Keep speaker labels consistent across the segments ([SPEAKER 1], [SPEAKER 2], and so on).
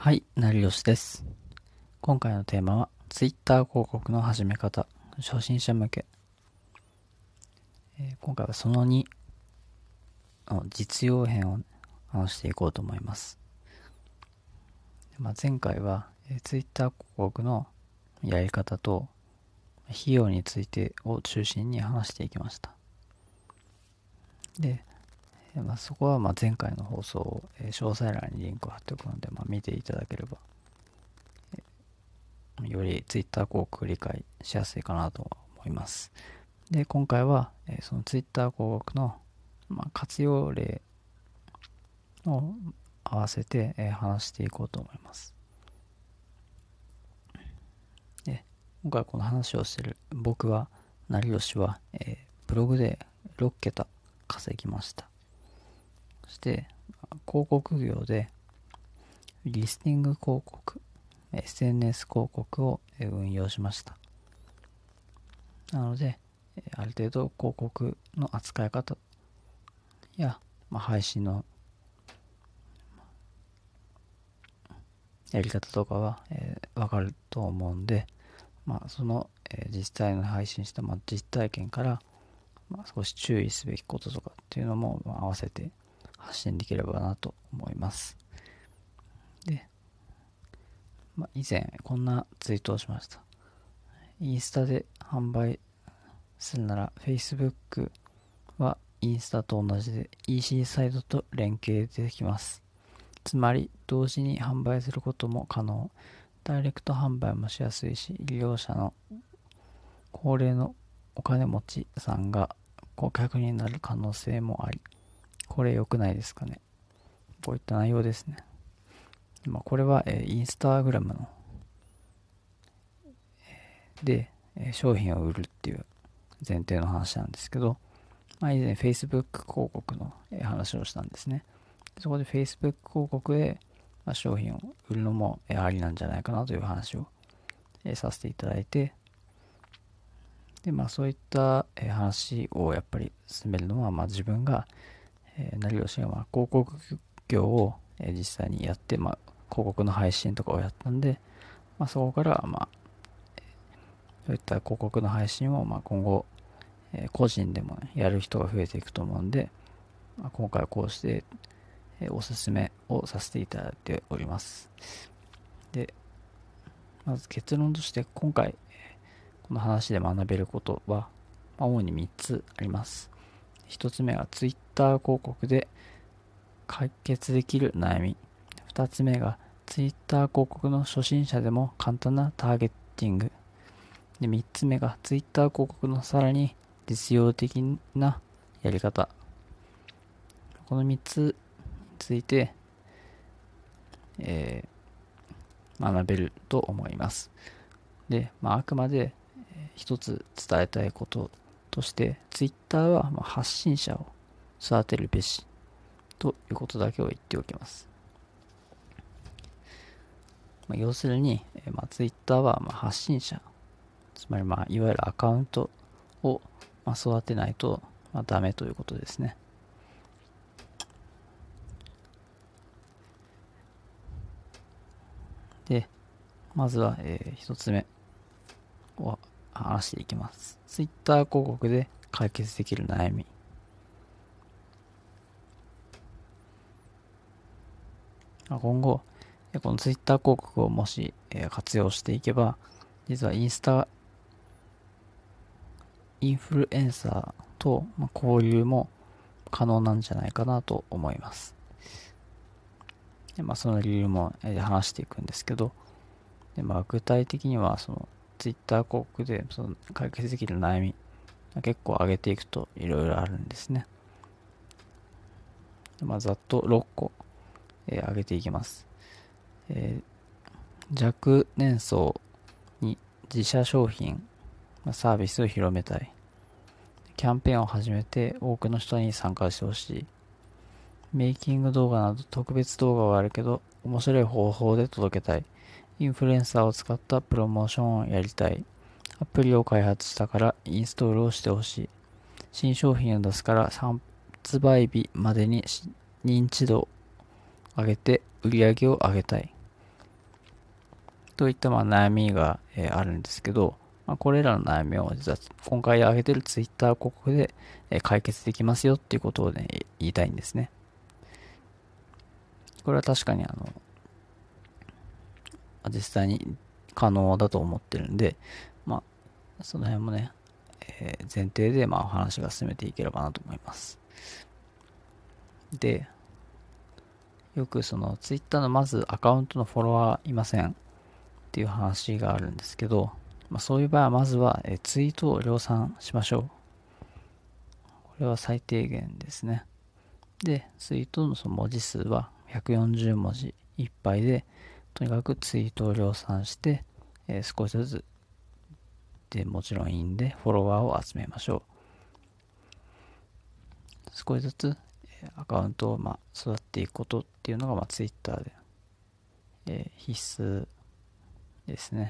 [SPEAKER 1] はい、成吉です。今回のテーマは Twitter 広告の始め方、初心者向け。今回はその2の実用編を話していこうと思います。前回は、Twitter 広告のやり方と費用についてを中心に話していきました。で、そこは前回の放送を、詳細欄にリンクを貼っておくので、見ていただければ、より Twitter 広告を理解しやすいかなと思います。で、今回は、その Twitter 広告の、活用例を合わせて、話していこうと思います。で、今回この話をしている僕は、成吉は、ブログで6桁稼ぎました。そして、広告業で、リスティング広告、SNS 広告を運用しました。なので、ある程度広告の扱い方や、配信のやり方とかは、わかると思うんで、その、実際の配信した、実体験から、少し注意すべきこととかっていうのも、合わせて発信できればなと思います。で、以前こんなツイートをしました。インスタで販売するなら Facebook はインスタと同じで EC サイトと連携できます。つまり同時に販売することも可能。ダイレクト販売もしやすいし、利用者の高齢のお金持ちさんが顧客になる可能性もあり、これ良くないですかね。こういった内容ですね。これは、インスタグラムので、商品を売るっていう前提の話なんですけど、以前 Facebook 広告の話をしたんですね。そこで Facebook 広告で商品を売るのもありなんじゃないかなという話をさせていただいて、でそういった話をやっぱり進めるのは自分が成吉が広告業を実際にやって、広告の配信とかをやったんで、そこからそういった広告の配信を今後個人でもやる人が増えていくと思うんで、今回はこうしておすすめをさせていただいております。で、まず結論として今回この話で学べることは主に3つあります。1つ目は Twitter 広告で解決できる悩み。2つ目が Twitter 広告の初心者でも簡単なターゲッティング。で、3つ目が Twitter 広告のさらに実用的なやり方。この3つについて、学べると思います。で、あくまで一つ伝えたいこととして、Twitter は発信者を育てるべしということだけを言っておきます。要するに、Twitter は発信者、つまりいわゆるアカウントを育てないとダメということですね。で、まずは、一つ目を話していきます。Twitter 広告で解決できる悩み。今後、この Twitter 広告をもし活用していけば、実はインスタインフルエンサーと交流も可能なんじゃないかなと思います。で、その理由も話していくんですけど、で、具体的にはその Twitter 広告でその解決できる悩み結構上げていくといろいろあるんですね。で、ざっと6個、上げていきます。若年層に自社商品、サービスを広めたい。キャンペーンを始めて多くの人に参加してほしい。メイキング動画など特別動画はあるけど、面白い方法で届けたい。インフルエンサーを使ったプロモーションをやりたい。アプリを開発したからインストールをしてほしい。新商品を出すから発売日までに認知度を上げて売り上げを上げたい。 といった悩みが、あるんですけど、これらの悩みを実は今回挙げているツイッター広告で、解決できますよっていうことをね、言いたいんですね。これは確かに実際に可能だと思ってるんで、その辺もね、前提でお話が進めていければなと思います。で、よくそのツイッターのまずアカウントのフォロワーいませんっていう話があるんですけど、そういう場合はまずは、ツイートを量産しましょう。これは最低限ですね。で、ツイートのその文字数は140文字いっぱいで、とにかくツイートを量産して、少しずつでもちろんいいんでフォロワーを集めましょう。少しずつアカウントを育っていくことっていうのがツイッターで、必須ですね。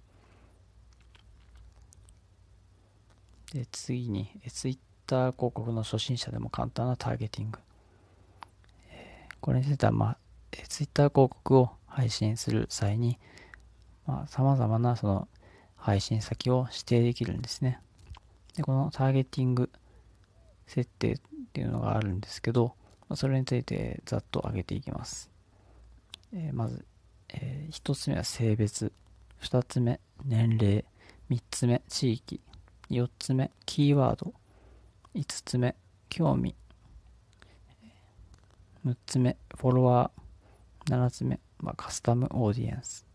[SPEAKER 1] で、次にツイッター広告の初心者でも簡単なターゲティング。これについてはツイッター広告を配信する際に様々なその配信先を指定できるんですね。で、このターゲティング設定っていうのがあるんですけど、それについてざっと挙げていきます。まず、1つ目は性別、2つ目年齢、3つ目地域、4つ目キーワード、5つ目興味、6つ目フォロワー、7つ目、カスタムオーディエンス。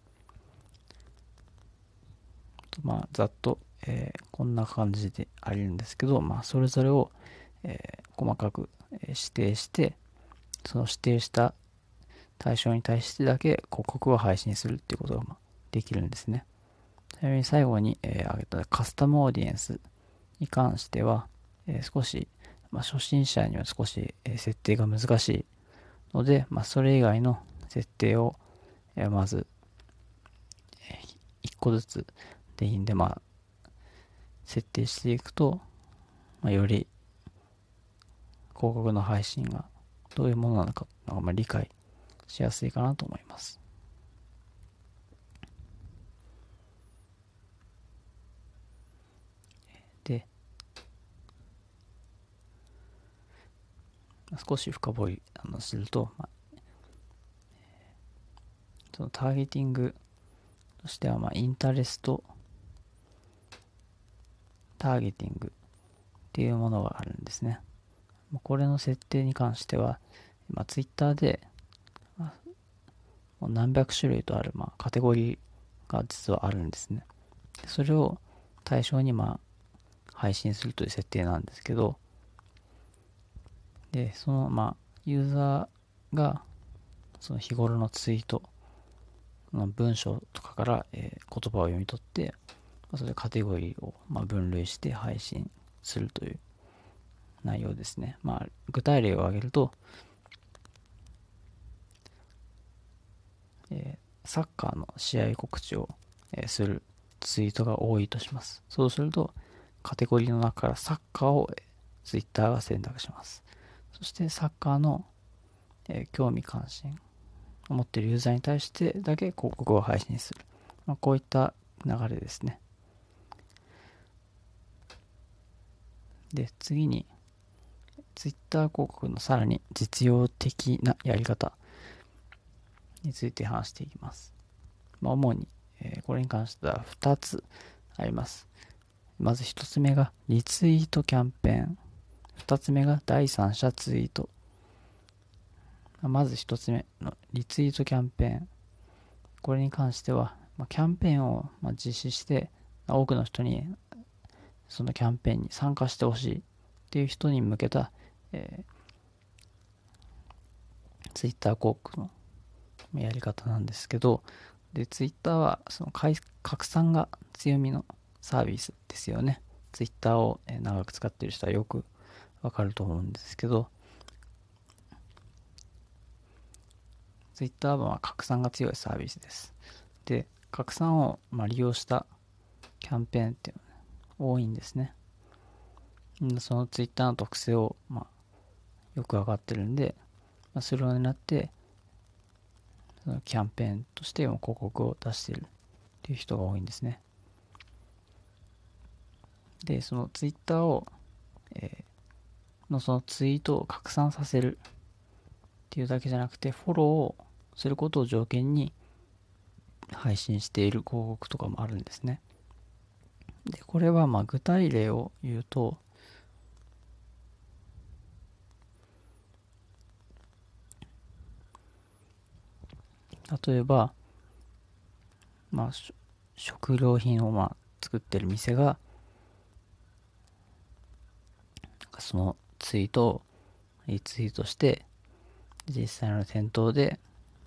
[SPEAKER 1] ざっと、こんな感じであるんですけど、それぞれを、細かく指定して、その指定した対象に対してだけ広告を配信するっていうことができるんですね。ちなみに最後に、挙げたカスタムオーディエンスに関しては、少し、初心者には少し、設定が難しいので、それ以外の設定を、まず、1個ずつでいいんで、設定していくと、より広告の配信がどういうものなのか理解しやすいかなと思います。で、少し深掘りすると、そのターゲティングとしては、インタレストターゲティングっていうものがあるんですね。これの設定に関しては、ツイッターで、もう何百種類とある、カテゴリーが実はあるんですね。それを対象に配信するという設定なんですけど、で、そのユーザーがその日頃のツイートの文章とかから、言葉を読み取って、それでカテゴリーを分類して配信するという内容ですね。具体例を挙げると、サッカーの試合告知を、するツイートが多いとします。そうすると、カテゴリーの中からサッカーを、ツイッターが選択します。そしてサッカーの、興味関心を持っているユーザーに対してだけ広告を配信する。こういった流れですね。で、次に、ツイッター広告のさらに実用的なやり方について話していきます。主に、これに関しては2つあります。まず1つ目がリツイートキャンペーン。2つ目が第三者ツイート。まず1つ目のリツイートキャンペーン。これに関しては、キャンペーンを実施して、多くの人にそのキャンペーンに参加してほしいっていう人に向けた、ツイッター広告のやり方なんですけど、で、ツイッターはその拡散が強みのサービスですよね。ツイッターを長く使っている人はよくわかると思うんですけど、ツイッターは拡散が強いサービスです。で、拡散を利用したキャンペーンっていうのが多いんですね。そのツイッターの特性をよくわかってるんで、それを狙ってそのキャンペーンとしても広告を出しているっていう人が多いんですね。で、そのツイッターを、そのツイートを拡散させるっていうだけじゃなくて、フォローをすることを条件に配信している広告とかもあるんですね。で、これは具体例を言うと、例えば、食料品を作ってる店が、そのツイートをリツイートして、実際の店頭で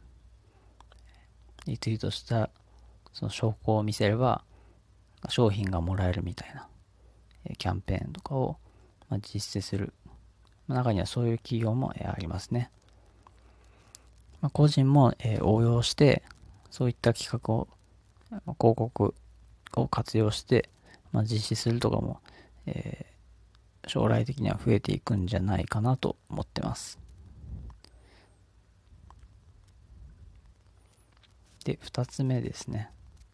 [SPEAKER 1] リツイートしたその証拠を見せれば商品がもらえるみたいなキャンペーンとかを実施する。中にはそういう企業もありますね。個人も応用してそういった企画を広告を活用して実施するとかも将来的には増えていくんじゃないかなと思ってます。で、2つ目ですね。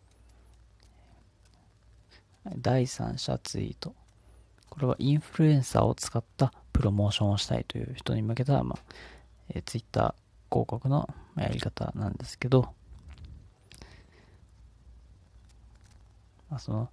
[SPEAKER 1] 第三者ツイート。これはインフルエンサーを使ったプロモーションをしたいという人に向けた、ツイッター広告のやり方なんですけど、その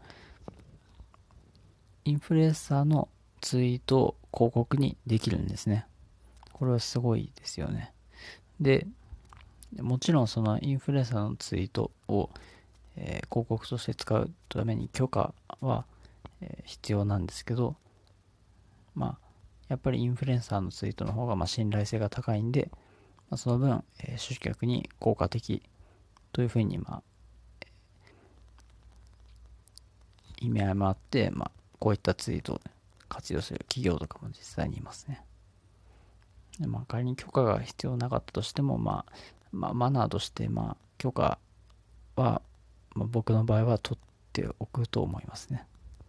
[SPEAKER 1] インフルエンサーのツイートを広告にできるんですね。これはすごいですよね。で、もちろんそのインフルエンサーのツイートを、広告として使うために許可は、必要なんですけど、やっぱりインフルエンサーのツイートの方が信頼性が高いんで、その分、集客に効果的というふうに意味合いもあって、こういったツイートを活用する企業とかも実際にいますね。で仮に許可が必要なかったとしても、マナーとして、許可は、僕の場合は取っておくと思いますね。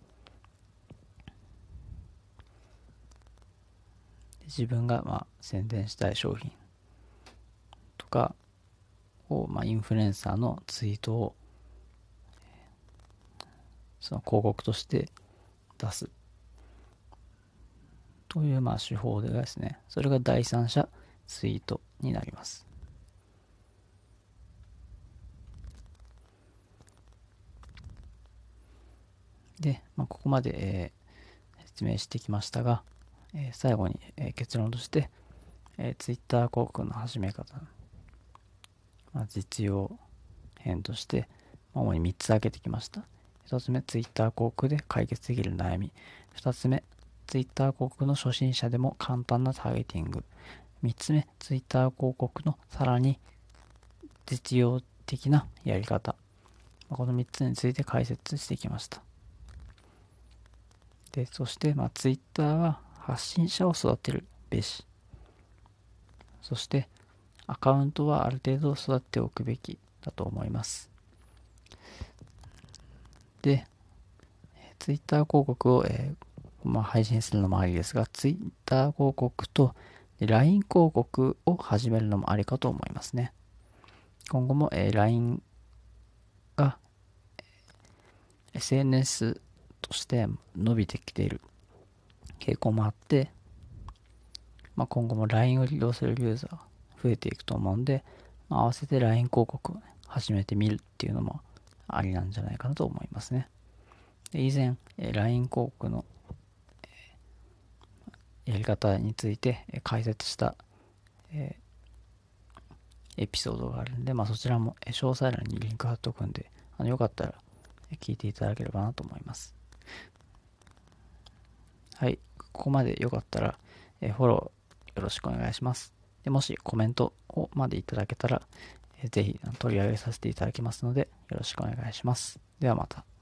[SPEAKER 1] 自分が宣伝したい商品とかを、インフルエンサーのツイートをその広告として出すという手法でですね、それが第三者ツイートになります。で、ここまで、説明してきましたが、最後に、結論として、ツイッター広告の始め方、実用編として、主に3つ挙げてきました。1つ目、ツイッター広告で解決できる悩み。2つ目、ツイッター広告の初心者でも簡単なターゲティング。3つ目、ツイッター広告のさらに実用的なやり方。この3つについて解説してきました。で、そして、ツイッターは発信者を育てるべし。そして、アカウントはある程度育てておくべきだと思います。で、ツイッター広告を、配信するのもありですが、ツイッター広告と LINE 広告を始めるのもありかと思いますね。今後も、LINE が SNS として伸びてきている傾向もあって、今後も LINE を利用するユーザーが増えていくと思うんで、合わせて LINE 広告を、始めてみるっていうのもありなんじゃないかなと思いますね。で以前、LINE 広告のやり方について解説したエピソードがあるんで、そちらも詳細欄にリンク貼っておくんで、よかったら聞いていただければなと思います。はい、ここまでよかったらフォローよろしくお願いします。でもしコメントをまでいただけたら、ぜひ取り上げさせていただきますので、よろしくお願いします。ではまた。